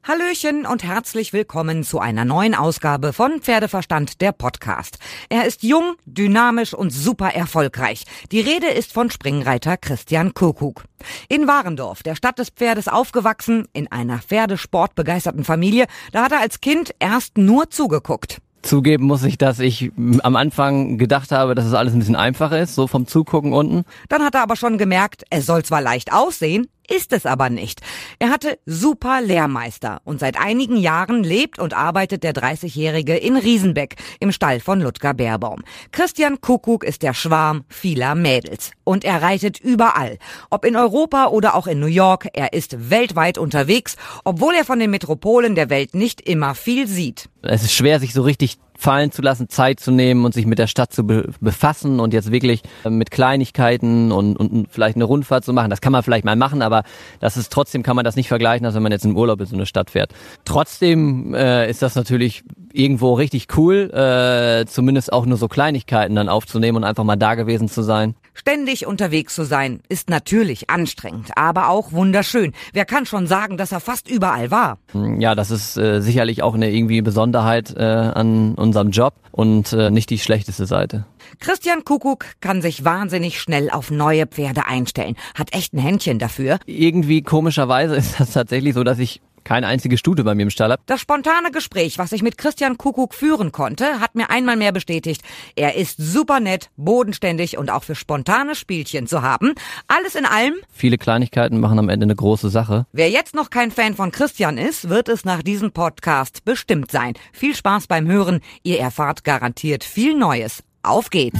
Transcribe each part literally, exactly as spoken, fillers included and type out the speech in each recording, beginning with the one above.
Hallöchen und herzlich willkommen zu einer neuen Ausgabe von Pferdeverstand, der Podcast. Er ist jung, dynamisch und super erfolgreich. Die Rede ist von Springreiter Christian Kuckuck. In Warendorf, der Stadt des Pferdes, aufgewachsen, in einer pferdesportbegeisterten Familie, da hat er als Kind erst nur zugeguckt. Zugeben muss ich, dass ich am Anfang gedacht habe, dass es alles ein bisschen einfacher ist, so vom Zugucken unten. Dann hat er aber schon gemerkt, es soll zwar leicht aussehen, ist es aber nicht. Er hatte super Lehrmeister und seit einigen Jahren lebt und arbeitet der dreißigjährige in Riesenbeck im Stall von Ludger Beerbaum. Christian Kuckuck ist der Schwarm vieler Mädels und er reitet überall. Ob in Europa oder auch in New York, er ist weltweit unterwegs, obwohl er von den Metropolen der Welt nicht immer viel sieht. Es ist schwer, sich so richtig fallen zu lassen, Zeit zu nehmen und sich mit der Stadt zu be- befassen und jetzt wirklich mit Kleinigkeiten und, und vielleicht eine Rundfahrt zu machen. Das kann man vielleicht mal machen, aber das ist trotzdem, kann man das nicht vergleichen, als wenn man jetzt im Urlaub in so eine Stadt fährt. Trotzdem äh, ist das natürlich irgendwo richtig cool, äh, zumindest auch nur so Kleinigkeiten dann aufzunehmen und einfach mal da gewesen zu sein. Ständig unterwegs zu sein, ist natürlich anstrengend, aber auch wunderschön. Wer kann schon sagen, dass er fast überall war? Ja, das ist äh, sicherlich auch eine irgendwie Besonderheit äh, an unserem Job und äh, nicht die schlechteste Seite. Christian Kuckuck kann sich wahnsinnig schnell auf neue Pferde einstellen, hat echt ein Händchen dafür. Irgendwie komischerweise ist das tatsächlich so, dass ich keine einzige Stute bei mir im Stall habe. Das spontane Gespräch, was ich mit Christian Kuckuck führen konnte, hat mir einmal mehr bestätigt, er ist super nett, bodenständig und auch für spontane Spielchen zu haben. Alles in allem. Viele Kleinigkeiten machen am Ende eine große Sache. Wer jetzt noch kein Fan von Christian ist, wird es nach diesem Podcast bestimmt sein. Viel Spaß beim Hören. Ihr erfahrt garantiert viel Neues. Auf geht's!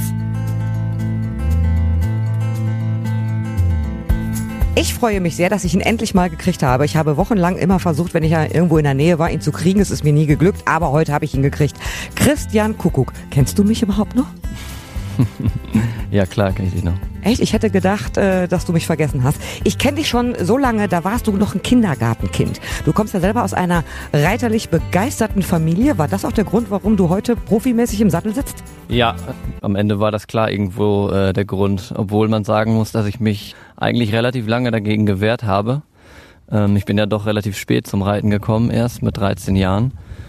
Ich freue mich sehr, dass ich ihn endlich mal gekriegt habe. Ich habe wochenlang immer versucht, wenn ich ja irgendwo in der Nähe war, ihn zu kriegen. Es ist mir nie geglückt, aber heute habe ich ihn gekriegt. Christian Kuckuck. Kennst du mich überhaupt noch? Ja, klar, kenn ich dich noch. Echt? Ich hätte gedacht, äh, dass du mich vergessen hast. Ich kenne dich schon so lange, da warst du noch ein Kindergartenkind. Du kommst ja selber aus einer reiterlich begeisterten Familie. War das auch der Grund, warum du heute profimäßig im Sattel sitzt? Ja, am Ende war das klar irgendwo äh, der Grund. Obwohl man sagen muss, dass ich mich eigentlich relativ lange dagegen gewehrt habe. Ähm, ich bin ja doch relativ spät zum Reiten gekommen, erst mit dreizehn Jahren.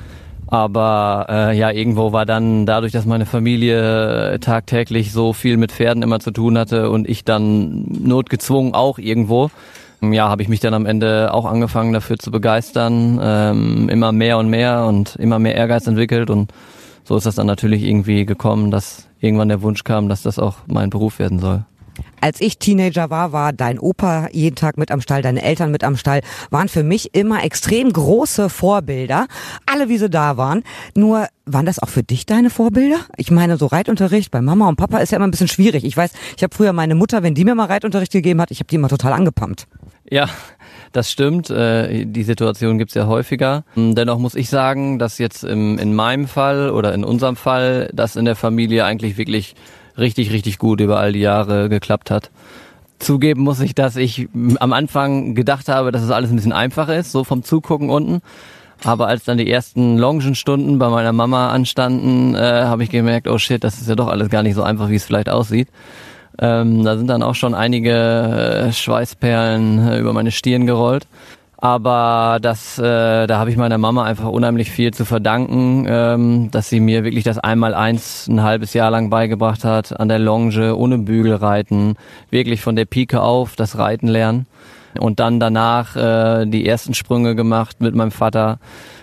Aber äh, ja, irgendwo war dann dadurch, dass meine Familie tagtäglich so viel mit Pferden immer zu tun hatte und ich dann notgezwungen auch irgendwo, ja, habe ich mich dann am Ende auch angefangen dafür zu begeistern, ähm, immer mehr und mehr und immer mehr Ehrgeiz entwickelt und so ist das dann natürlich irgendwie gekommen, dass irgendwann der Wunsch kam, dass das auch mein Beruf werden soll. Als ich Teenager war, war dein Opa jeden Tag mit am Stall, deine Eltern mit am Stall, waren für mich immer extrem große Vorbilder. Alle, wie sie da waren. Nur, waren das auch für dich deine Vorbilder? Ich meine, so Reitunterricht bei Mama und Papa ist ja immer ein bisschen schwierig. Ich weiß, ich habe früher meine Mutter, wenn die mir mal Reitunterricht gegeben hat, ich habe die immer total angepumpt. Ja, das stimmt. Die Situation gibt's ja häufiger. Dennoch muss ich sagen, dass jetzt im, in meinem Fall oder in unserem Fall das in der Familie eigentlich wirklich richtig, richtig gut über all die Jahre geklappt hat. Zugeben muss ich, dass ich am Anfang gedacht habe, dass es alles ein bisschen einfacher ist, so vom Zugucken unten. Aber als dann die ersten Longenstunden bei meiner Mama anstanden, äh, habe ich gemerkt, oh shit, das ist ja doch alles gar nicht so einfach, wie es vielleicht aussieht. Ähm, da sind dann auch schon einige äh, Schweißperlen äh, über meine Stirn gerollt. Aber das, äh, da habe ich meiner Mama einfach unheimlich viel zu verdanken, ähm, dass sie mir wirklich das Einmaleins ein halbes Jahr lang beigebracht hat, an der Longe, ohne Bügel reiten, wirklich von der Pike auf das Reiten lernen. Und dann danach äh, die ersten Sprünge gemacht mit meinem Vater,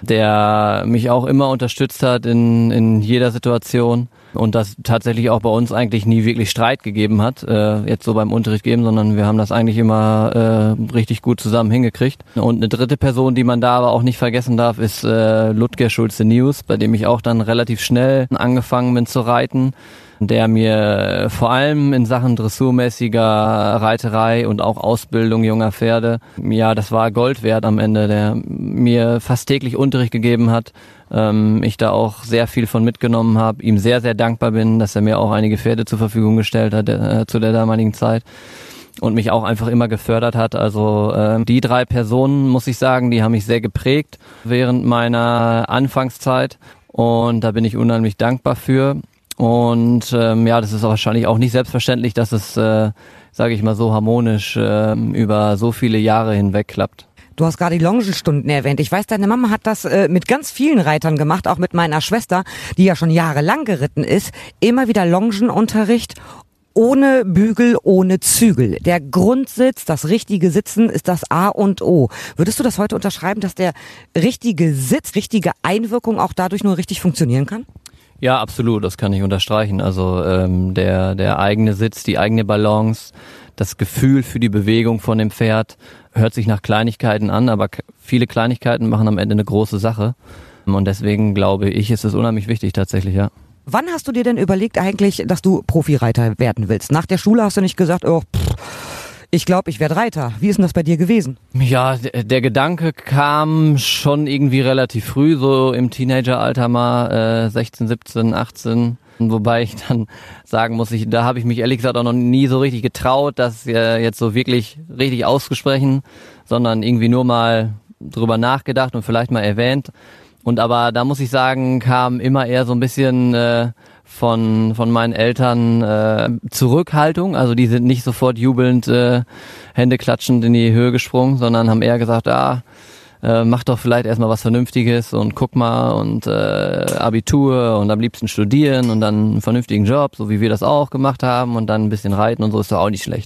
der mich auch immer unterstützt hat in, in jeder Situation. Und das tatsächlich auch bei uns eigentlich nie wirklich Streit gegeben hat, äh, jetzt so beim Unterricht geben, sondern wir haben das eigentlich immer äh, richtig gut zusammen hingekriegt. Und eine dritte Person, die man da aber auch nicht vergessen darf, ist äh, Ludger Schulze-Nius, bei dem ich auch dann relativ schnell angefangen bin zu reiten, der mir vor allem in Sachen dressurmäßiger Reiterei und auch Ausbildung junger Pferde, ja, das war Gold wert am Ende, der mir fast täglich Unterricht gegeben hat. Ähm, ich da auch sehr viel von mitgenommen habe, ihm sehr, sehr dankbar bin, dass er mir auch einige Pferde zur Verfügung gestellt hat äh, zu der damaligen Zeit und mich auch einfach immer gefördert hat. Also äh, die drei Personen, muss ich sagen, die haben mich sehr geprägt während meiner Anfangszeit und da bin ich unheimlich dankbar für. Und ähm, ja, das ist auch wahrscheinlich auch nicht selbstverständlich, dass es, äh, sage ich mal, so harmonisch äh, über so viele Jahre hinweg klappt. Du hast gerade die Longenstunden erwähnt. Ich weiß, deine Mama hat das äh, mit ganz vielen Reitern gemacht, auch mit meiner Schwester, die ja schon jahrelang geritten ist. Immer wieder Longenunterricht, ohne Bügel, ohne Zügel. Der Grundsitz, das richtige Sitzen ist das A und O. Würdest du das heute unterschreiben, dass der richtige Sitz, richtige Einwirkung auch dadurch nur richtig funktionieren kann? Ja, absolut, das kann ich unterstreichen. Also ähm, der der eigene Sitz, die eigene Balance, das Gefühl für die Bewegung von dem Pferd hört sich nach Kleinigkeiten an, aber k- viele Kleinigkeiten machen am Ende eine große Sache. Und deswegen glaube ich, ist es unheimlich wichtig tatsächlich, ja. Wann hast du dir denn überlegt eigentlich, dass du Profireiter werden willst? Nach der Schule hast du nicht gesagt, oh, pff, ich glaube, ich werde Reiter. Wie ist denn das bei dir gewesen? Ja, d- der Gedanke kam schon irgendwie relativ früh, so im Teenageralter mal, äh, sechzehn, siebzehn, achtzehn. Wobei ich dann sagen muss, ich, da habe ich mich ehrlich gesagt auch noch nie so richtig getraut, das äh, jetzt so wirklich richtig auszusprechen, sondern irgendwie nur mal drüber nachgedacht und vielleicht mal erwähnt. Und aber da muss ich sagen, kam immer eher so ein bisschen äh, von von meinen Eltern äh, Zurückhaltung. Also die sind nicht sofort jubelnd, äh, Hände klatschend in die Höhe gesprungen, sondern haben eher gesagt, ah, äh, mach doch vielleicht erstmal was Vernünftiges und guck mal und äh, Abitur und am liebsten studieren und dann einen vernünftigen Job, so wie wir das auch gemacht haben und dann ein bisschen reiten und so ist doch auch nicht schlecht.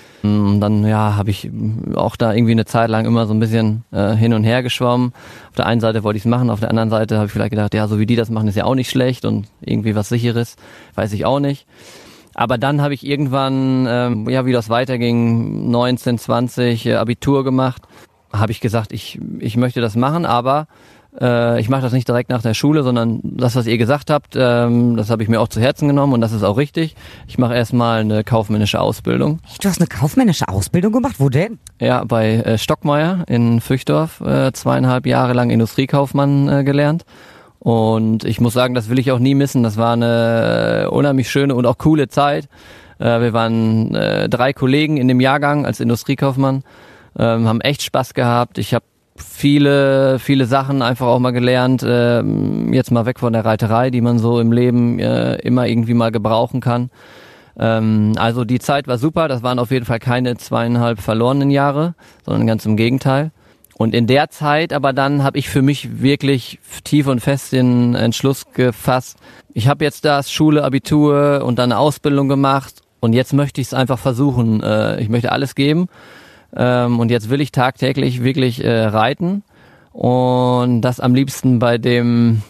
Und dann, ja, habe ich auch da irgendwie eine Zeit lang immer so ein bisschen äh, hin und her geschwommen. Auf der einen Seite wollte ich es machen, auf der anderen Seite habe ich vielleicht gedacht, ja, so wie die das machen, ist ja auch nicht schlecht und irgendwie was Sicheres, weiß ich auch nicht. Aber dann habe ich irgendwann, ähm, ja, wie das weiterging, neunzehn, zwanzig, äh, Abitur gemacht, habe ich gesagt, ich ich möchte das machen, aber äh, ich mache das nicht direkt nach der Schule, sondern das, was ihr gesagt habt, ähm, das habe ich mir auch zu Herzen genommen und das ist auch richtig. Ich mache erstmal eine kaufmännische Ausbildung. Du hast eine kaufmännische Ausbildung gemacht? Wo denn? Ja, bei äh, Stockmeier in Füchdorf, äh, zweieinhalb Jahre lang Industriekaufmann äh, gelernt. Und ich muss sagen, das will ich auch nie missen. Das war eine äh, unheimlich schöne und auch coole Zeit. Äh, wir waren äh, drei Kollegen in dem Jahrgang als Industriekaufmann, ähm, haben echt Spaß gehabt. Ich habe viele, viele Sachen einfach auch mal gelernt, äh, jetzt mal weg von der Reiterei, die man so im Leben äh, immer irgendwie mal gebrauchen kann. Ähm, also die Zeit war super, das waren auf jeden Fall keine zweieinhalb verlorenen Jahre, sondern ganz im Gegenteil. Und in der Zeit aber dann habe ich für mich wirklich tief und fest den Entschluss gefasst, ich habe jetzt das Schule, Abitur und dann eine Ausbildung gemacht und jetzt möchte ich es einfach versuchen. Äh, ich möchte alles geben. Ähm, und jetzt will ich tagtäglich wirklich äh, reiten und das am liebsten bei dem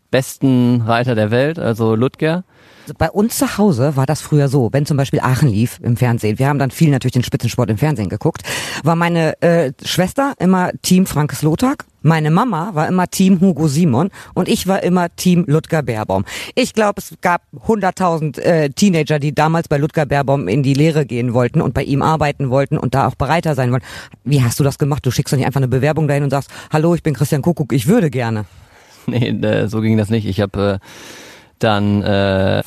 besten Reiter der Welt, also Ludger. Bei uns zu Hause war das früher so, wenn zum Beispiel Aachen lief im Fernsehen, wir haben dann viel natürlich den Spitzensport im Fernsehen geguckt, war meine äh, Schwester immer Team Frankes Lothar, meine Mama war immer Team Hugo Simon und ich war immer Team Ludger Beerbaum. Ich glaube, es gab hunderttausend äh, Teenager, die damals bei Ludger Beerbaum in die Lehre gehen wollten und bei ihm arbeiten wollten und da auch Bereiter sein wollten. Wie hast du das gemacht? Du schickst doch nicht einfach eine Bewerbung dahin und sagst, hallo, ich bin Christian Kuckuck, ich würde gerne. Nee, so ging das nicht. Ich habe äh, dann äh,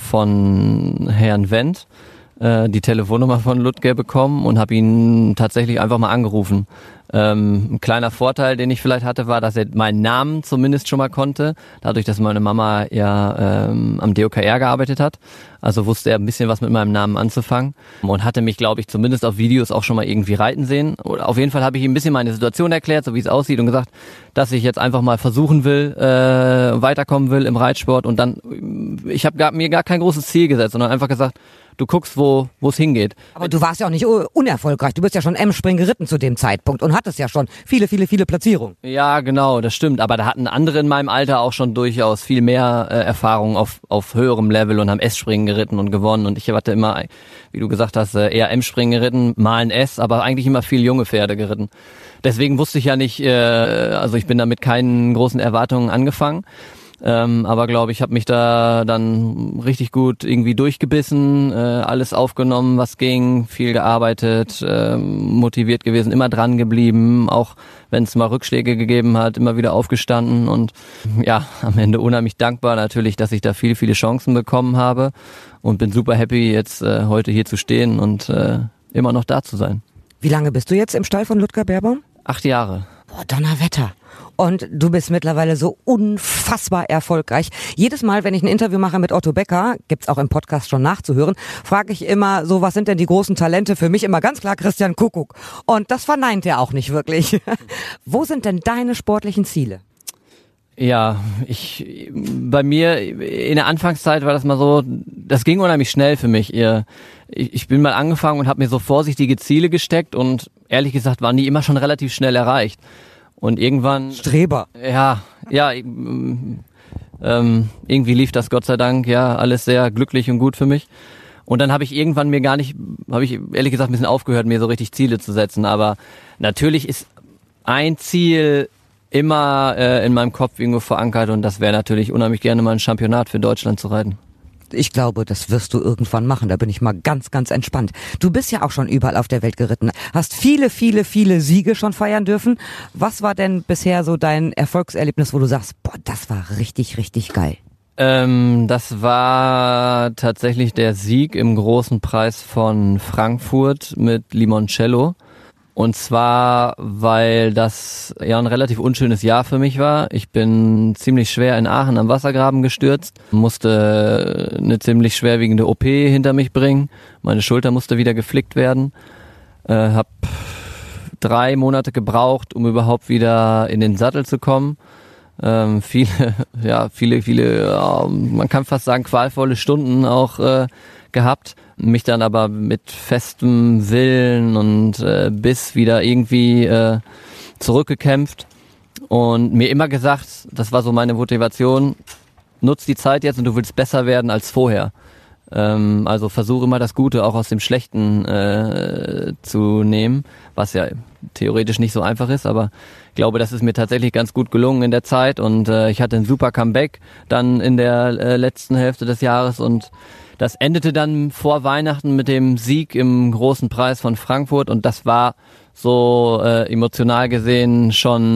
von Herrn Wendt äh, die Telefonnummer von Ludger bekommen und habe ihn tatsächlich einfach mal angerufen. Ähm, ein kleiner Vorteil, den ich vielleicht hatte, war, dass er meinen Namen zumindest schon mal konnte, dadurch, dass meine Mama ja ähm, am D O K R gearbeitet hat. Also wusste er ein bisschen was mit meinem Namen anzufangen und hatte mich, glaube ich, zumindest auf Videos auch schon mal irgendwie reiten sehen. Oder auf jeden Fall habe ich ihm ein bisschen meine Situation erklärt, so wie es aussieht und gesagt, dass ich jetzt einfach mal versuchen will, äh, weiterkommen will im Reitsport und dann, ich habe gar, mir gar kein großes Ziel gesetzt, sondern einfach gesagt, du guckst, wo wo es hingeht. Aber du warst ja auch nicht unerfolgreich. Du bist ja schon M-Spring geritten zu dem Zeitpunkt und hattest ja schon viele, viele, viele Platzierungen. Ja, genau, das stimmt. Aber da hatten andere in meinem Alter auch schon durchaus viel mehr äh, Erfahrung auf auf höherem Level und haben S-Springen geritten und gewonnen. Und ich hatte immer, wie du gesagt hast, eher M-Springen geritten, mal ein S, aber eigentlich immer viel junge Pferde geritten. Deswegen wusste ich ja nicht, äh, also ich bin da mit keinen großen Erwartungen angefangen. Ähm, aber glaube ich, habe mich da dann richtig gut irgendwie durchgebissen, äh, alles aufgenommen, was ging, viel gearbeitet, äh, motiviert gewesen, immer dran geblieben, auch wenn es mal Rückschläge gegeben hat, immer wieder aufgestanden und ja, am Ende unheimlich dankbar natürlich, dass ich da viele, viele Chancen bekommen habe und bin super happy, jetzt äh, heute hier zu stehen und äh, immer noch da zu sein. Wie lange bist du jetzt im Stall von Ludger Beerbaum? Acht Jahre. Boah, Donnerwetter. Und du bist mittlerweile so unfassbar erfolgreich. Jedes Mal, wenn ich ein Interview mache mit Otto Becker, gibt's auch im Podcast schon nachzuhören, frage ich immer so, was sind denn die großen Talente? Für mich immer ganz klar Christian Kuckuck. Und das verneint er auch nicht wirklich. Wo sind denn deine sportlichen Ziele? Ja, ich, bei mir in der Anfangszeit war das mal so, das ging unheimlich schnell für mich. Ich bin mal angefangen und habe mir so vorsichtige Ziele gesteckt und ehrlich gesagt waren die immer schon relativ schnell erreicht. Und irgendwann... Streber. Ja, ja, ähm, irgendwie lief das Gott sei Dank ja alles sehr glücklich und gut für mich. Und dann habe ich irgendwann mir gar nicht, habe ich ehrlich gesagt ein bisschen aufgehört, mir so richtig Ziele zu setzen. Aber natürlich ist ein Ziel immer äh, in meinem Kopf irgendwo verankert und das wäre natürlich unheimlich gerne mal ein Championat für Deutschland zu reiten. Ich glaube, das wirst du irgendwann machen, da bin ich mal ganz, ganz entspannt. Du bist ja auch schon überall auf der Welt geritten, hast viele, viele, viele Siege schon feiern dürfen. Was war denn bisher so dein Erfolgserlebnis, wo du sagst, boah, das war richtig, richtig geil? Ähm, das war tatsächlich der Sieg im großen Preis von Frankfurt mit Limoncello. Und zwar, weil das ja ein relativ unschönes Jahr für mich war. Ich bin ziemlich schwer in Aachen am Wassergraben gestürzt, musste eine ziemlich schwerwiegende O P hinter mich bringen. Meine Schulter musste wieder geflickt werden. Äh, hab drei Monate gebraucht, um überhaupt wieder in den Sattel zu kommen. Ähm, viele, ja, viele, viele, ja, man kann fast sagen qualvolle Stunden auch äh, gehabt. Mich dann aber mit festem Willen und äh, Biss wieder irgendwie äh, zurückgekämpft und mir immer gesagt, das war so meine Motivation, nutz die Zeit jetzt und du willst besser werden als vorher. Ähm, also versuche immer das Gute auch aus dem Schlechten äh, zu nehmen, was ja theoretisch nicht so einfach ist, aber ich glaube, das ist mir tatsächlich ganz gut gelungen in der Zeit und äh, ich hatte ein super Comeback dann in der äh, letzten Hälfte des Jahres und das endete dann vor Weihnachten mit dem Sieg im großen Preis von Frankfurt und das war so äh, emotional gesehen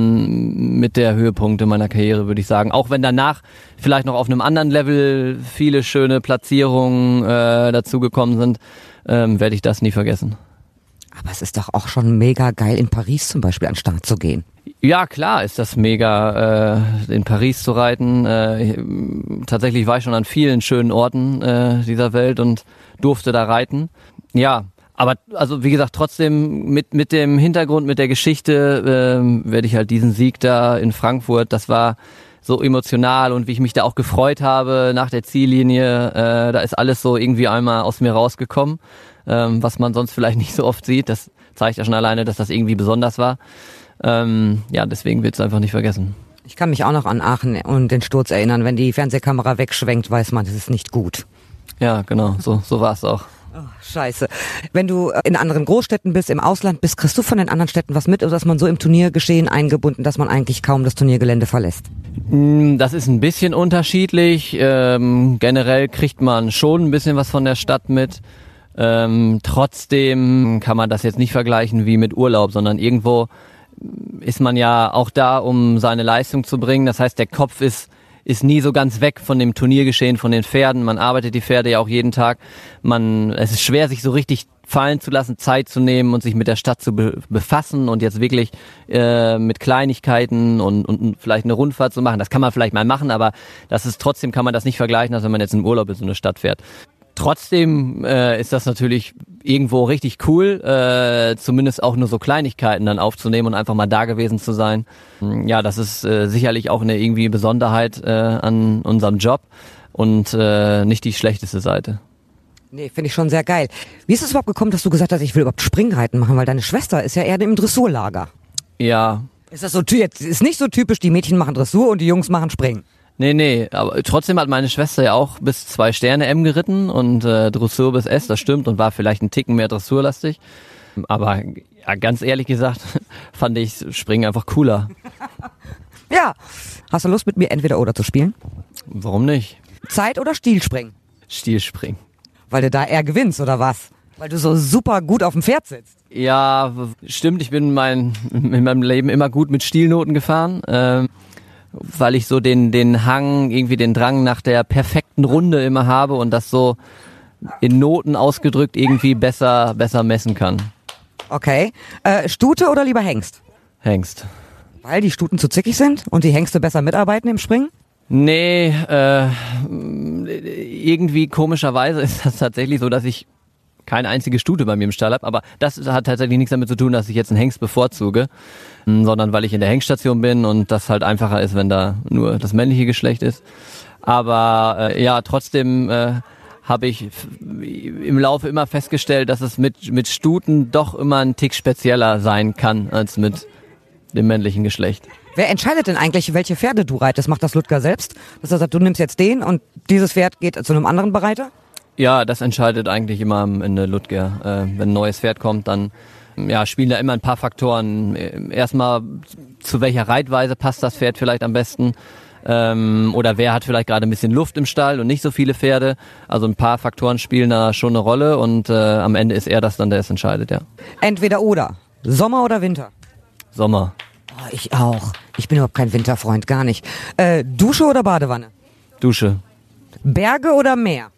schon mit der Höhepunkte meiner Karriere, würde ich sagen. Auch wenn danach vielleicht noch auf einem anderen Level viele schöne Platzierungen äh, dazugekommen sind, ähm, werde ich das nie vergessen. Aber es ist doch auch schon mega geil, in Paris zum Beispiel an den Start zu gehen. Ja, klar ist das mega, äh, in Paris zu reiten. Äh, tatsächlich war ich schon an vielen schönen Orten äh, dieser Welt und durfte da reiten. Ja, aber also wie gesagt, trotzdem mit mit dem Hintergrund, mit der Geschichte äh, werde ich halt diesen Sieg da in Frankfurt, das war so emotional und wie ich mich da auch gefreut habe nach der Ziellinie, äh, da ist alles so irgendwie einmal aus mir rausgekommen, ähm, was man sonst vielleicht nicht so oft sieht. Das zeigt ja schon alleine, dass das irgendwie besonders war. Ähm, ja, deswegen willst du einfach nicht vergessen. Ich kann mich auch noch an Aachen und den Sturz erinnern. Wenn die Fernsehkamera wegschwenkt, weiß man, das ist nicht gut. Ja, genau, so, so war es auch. Oh, scheiße. Wenn du in anderen Großstädten bist, im Ausland bist, kriegst du von den anderen Städten was mit oder ist man so im Turniergeschehen eingebunden, dass man eigentlich kaum das Turniergelände verlässt? Das ist ein bisschen unterschiedlich. Ähm, generell kriegt man schon ein bisschen was von der Stadt mit. Ähm, trotzdem kann man das jetzt nicht vergleichen wie mit Urlaub, sondern irgendwo ist man ja auch da, um seine Leistung zu bringen. Das heißt, der Kopf ist ist nie so ganz weg von dem Turniergeschehen, von den Pferden. Man arbeitet die Pferde ja auch jeden Tag. Man, es ist schwer, sich so richtig fallen zu lassen, Zeit zu nehmen und sich mit der Stadt zu be- befassen und jetzt wirklich äh, mit Kleinigkeiten und, und vielleicht eine Rundfahrt zu machen. Das kann man vielleicht mal machen, aber das ist trotzdem kann man das nicht vergleichen, als wenn man jetzt im Urlaub in so eine Stadt fährt. Trotzdem äh, ist das natürlich irgendwo richtig cool, äh, zumindest auch nur so Kleinigkeiten dann aufzunehmen und einfach mal da gewesen zu sein. Ja, das ist äh, sicherlich auch eine irgendwie Besonderheit äh, an unserem Job und äh, nicht die schlechteste Seite. Nee, finde ich schon sehr geil. Wie ist es überhaupt gekommen, dass du gesagt hast, ich will überhaupt Springreiten machen, weil deine Schwester ist ja eher im Dressurlager. Ja. Ist das so, jetzt ist nicht so typisch, die Mädchen machen Dressur und die Jungs machen Springen? Nee, nee, aber trotzdem hat meine Schwester ja auch bis zwei Sterne M geritten und äh, Dressur bis S, das stimmt, und war vielleicht ein Ticken mehr dressurlastig. Aber ja, ganz ehrlich gesagt, fand ich Springen einfach cooler. Ja. Hast du Lust, mit mir entweder oder zu spielen? Warum nicht? Zeit- oder Stilspringen? Stilspringen. Weil du da eher gewinnst, oder was? Weil du so super gut auf dem Pferd sitzt. Ja, stimmt, ich bin mein, in meinem Leben immer gut mit Stilnoten gefahren. Ähm, weil ich so den den Hang, irgendwie den Drang nach der perfekten Runde immer habe und das so in Noten ausgedrückt irgendwie besser besser messen kann. Okay. Äh, Stute oder lieber Hengst? Hengst. Weil die Stuten zu zickig sind und die Hengste besser mitarbeiten im Springen? Nee, äh, irgendwie komischerweise ist das tatsächlich so, dass ich keine einzige Stute bei mir im Stall habe, aber das hat tatsächlich nichts damit zu tun, dass ich jetzt einen Hengst bevorzuge, sondern weil ich in der Hengststation bin und das halt einfacher ist, wenn da nur das männliche Geschlecht ist. Aber äh, ja, trotzdem äh, habe ich f- im Laufe immer festgestellt, dass es mit mit Stuten doch immer ein Tick spezieller sein kann als mit dem männlichen Geschlecht. Wer entscheidet denn eigentlich, welche Pferde du reitest? Macht das Ludger selbst? Dass er sagt, du nimmst jetzt den und dieses Pferd geht zu einem anderen Bereiter? Ja, das entscheidet eigentlich immer am Ende Ludger. Äh, wenn ein neues Pferd kommt, dann ja, spielen da immer ein paar Faktoren. Erstmal, zu welcher Reitweise passt das Pferd vielleicht am besten? Ähm, oder wer hat vielleicht gerade ein bisschen Luft im Stall und nicht so viele Pferde? Also ein paar Faktoren spielen da schon eine Rolle und äh, am Ende ist er das dann, der es entscheidet, ja. Entweder oder. Sommer oder Winter? Sommer. Oh, ich auch. Ich bin überhaupt kein Winterfreund, gar nicht. Äh, Dusche oder Badewanne? Dusche. Berge oder Meer?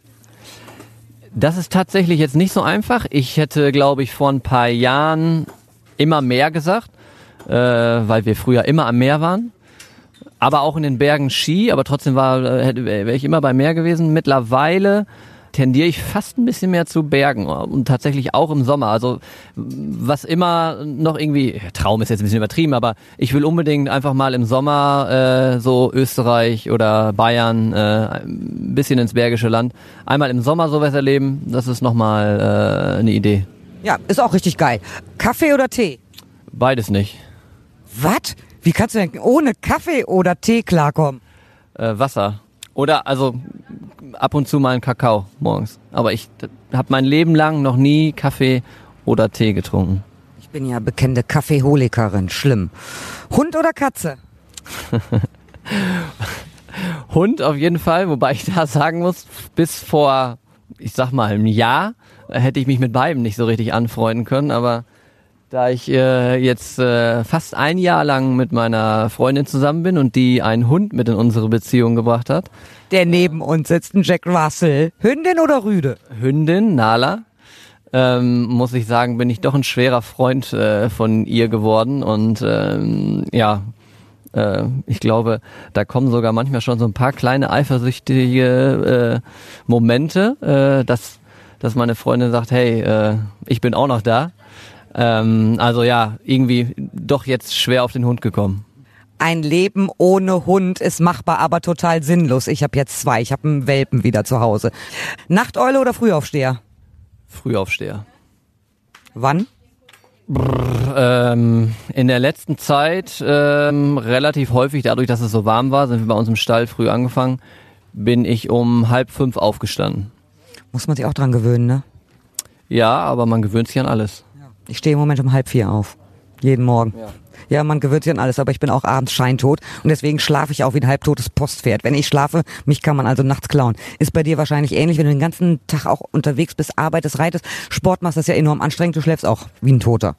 Das ist tatsächlich jetzt nicht so einfach. Ich hätte, glaube ich, vor ein paar Jahren immer Meer gesagt, äh, weil wir früher immer am Meer waren. Aber auch in den Bergen Ski, aber trotzdem war, wäre ich immer beim Meer gewesen. Mittlerweile tendiere ich fast ein bisschen mehr zu Bergen und tatsächlich auch im Sommer. Also was immer noch irgendwie, Traum ist jetzt ein bisschen übertrieben, aber ich will unbedingt einfach mal im Sommer äh, so Österreich oder Bayern, äh, ein bisschen ins Bergische Land, einmal im Sommer sowas erleben, das ist nochmal äh, eine Idee. Ja, ist auch richtig geil. Kaffee oder Tee? Beides nicht. Was? Wie kannst du denn ohne Kaffee oder Tee klarkommen? Äh, Wasser. Oder also ab und zu mal einen Kakao morgens. Aber ich habe mein Leben lang noch nie Kaffee oder Tee getrunken. Ich bin ja bekannte Kaffeeholikerin. Schlimm. Hund oder Katze? Hund auf jeden Fall, wobei ich da sagen muss, bis vor, ich sag mal, einem Jahr hätte ich mich mit beiden nicht so richtig anfreunden können. Aber da ich äh, jetzt äh, fast ein Jahr lang mit meiner Freundin zusammen bin und die einen Hund mit in unsere Beziehung gebracht hat. Der neben uns sitzt, ein Jack Russell. Hündin oder Rüde? Hündin, Nala. Ähm, muss ich sagen, bin ich doch ein schwerer Freund äh, von ihr geworden. Und ähm, ja, äh, ich glaube, da kommen sogar manchmal schon so ein paar kleine eifersüchtige äh, Momente, äh, dass, dass meine Freundin sagt, hey, äh, ich bin auch noch da. Ähm, also ja, irgendwie doch jetzt schwer auf den Hund gekommen. Ein Leben ohne Hund ist machbar, aber total sinnlos. Ich habe jetzt zwei, ich habe einen Welpen wieder zu Hause. Nachteule oder Frühaufsteher? Frühaufsteher. Wann? Brr, ähm, in der letzten Zeit ähm, relativ häufig, dadurch, dass es so warm war, sind wir bei uns im Stall früh angefangen, bin ich um halb fünf aufgestanden. Muss man sich auch dran gewöhnen, ne? Ja, aber man gewöhnt sich an alles. Ich stehe im Moment um halb vier auf. Jeden Morgen. Ja. Ja, man gewöhnt sich an alles, aber ich bin auch abends scheintot und deswegen schlafe ich auch wie ein halbtotes Postpferd. Wenn ich schlafe, mich kann man also nachts klauen. Ist bei dir wahrscheinlich ähnlich, wenn du den ganzen Tag auch unterwegs bist, arbeitest, reitest, Sport machst, das ist ja enorm anstrengend, du schläfst auch wie ein Toter.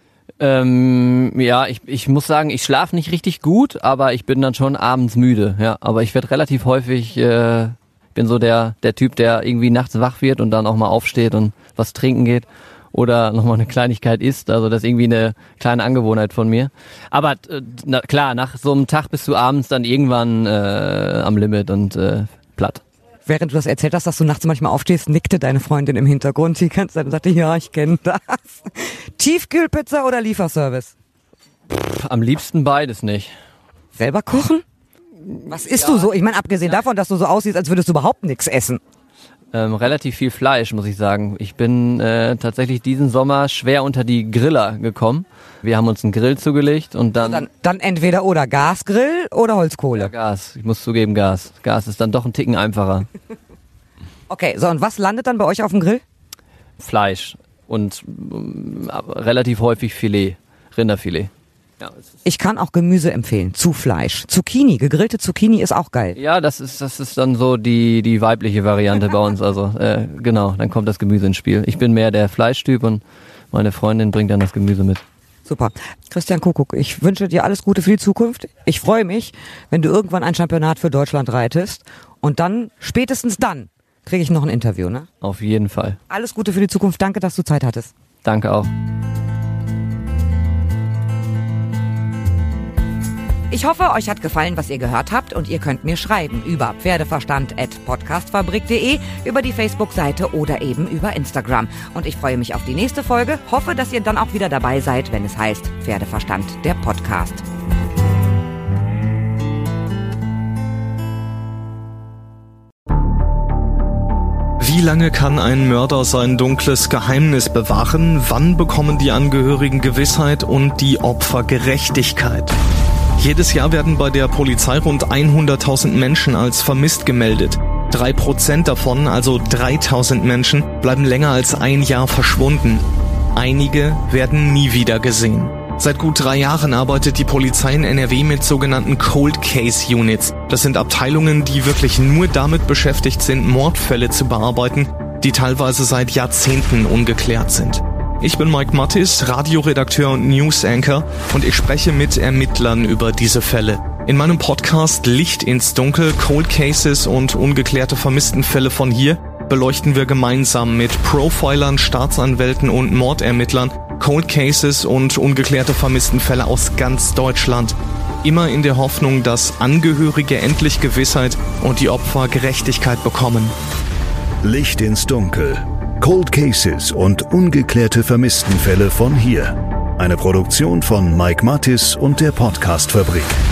Ähm, ja, ich, ich muss sagen, ich schlafe nicht richtig gut, aber ich bin dann schon abends müde. Ja, aber ich werde relativ häufig, äh, bin so der der Typ, der irgendwie nachts wach wird und dann auch mal aufsteht und was trinken geht. Oder nochmal eine Kleinigkeit isst, also das ist irgendwie eine kleine Angewohnheit von mir. Aber äh, na, klar, nach so einem Tag bist du abends dann irgendwann äh, am Limit und äh, platt. Während du das erzählt hast, dass du nachts manchmal aufstehst, nickte deine Freundin im Hintergrund die ganze Zeit und sagte, ja, ich kenne das. Tiefkühlpizza oder Lieferservice? Pff, am liebsten beides nicht. Selber kochen? Was isst ja. du so? Ich meine, abgesehen ja. davon, dass du so aussiehst, als würdest du überhaupt nichts essen. Ähm, relativ viel Fleisch, muss ich sagen. Ich bin äh, tatsächlich diesen Sommer schwer unter die Griller gekommen. Wir haben uns einen Grill zugelegt und dann... Dann, dann entweder oder Gasgrill oder Holzkohle. Ja, Gas. Ich muss zugeben, Gas. Gas ist dann doch ein Ticken einfacher. Okay, so und was landet dann bei euch auf dem Grill? Fleisch und ähm, relativ häufig Filet, Rinderfilet. Ja, ich kann auch Gemüse empfehlen, zu Fleisch. Zucchini, gegrillte Zucchini ist auch geil. Ja, das ist das ist dann so die die weibliche Variante bei uns. Also äh, genau, dann kommt das Gemüse ins Spiel. Ich bin mehr der Fleischtyp und meine Freundin bringt dann das Gemüse mit. Super. Christian Kuckuck, ich wünsche dir alles Gute für die Zukunft. Ich freue mich, wenn du irgendwann ein Championat für Deutschland reitest und dann, spätestens dann, kriege ich noch ein Interview, ne? Auf jeden Fall. Alles Gute für die Zukunft. Danke, dass du Zeit hattest. Danke auch. Ich hoffe, euch hat gefallen, was ihr gehört habt und ihr könnt mir schreiben über pferdeverstand at podcastfabrik punkt de, über die Facebook-Seite oder eben über Instagram. Und ich freue mich auf die nächste Folge, hoffe, dass ihr dann auch wieder dabei seid, wenn es heißt Pferdeverstand, der Podcast. Wie lange kann ein Mörder sein dunkles Geheimnis bewahren? Wann bekommen die Angehörigen Gewissheit und die Opfer Gerechtigkeit? Jedes Jahr werden bei der Polizei rund hunderttausend Menschen als vermisst gemeldet. Drei Prozent davon, also dreitausend Menschen, bleiben länger als ein Jahr verschwunden. Einige werden nie wieder gesehen. Seit gut drei Jahren arbeitet die Polizei in N R W mit sogenannten Cold Case Units. Das sind Abteilungen, die wirklich nur damit beschäftigt sind, Mordfälle zu bearbeiten, die teilweise seit Jahrzehnten ungeklärt sind. Ich bin Mike Mattis, Radioredakteur und News Anchor, und ich spreche mit Ermittlern über diese Fälle. In meinem Podcast Licht ins Dunkel, Cold Cases und ungeklärte Vermisstenfälle von hier beleuchten wir gemeinsam mit Profilern, Staatsanwälten und Mordermittlern Cold Cases und ungeklärte Vermisstenfälle aus ganz Deutschland. Immer in der Hoffnung, dass Angehörige endlich Gewissheit und die Opfer Gerechtigkeit bekommen. Licht ins Dunkel. Cold Cases und ungeklärte Vermisstenfälle von hier. Eine Produktion von Mike Mattis und der Podcast Fabrik.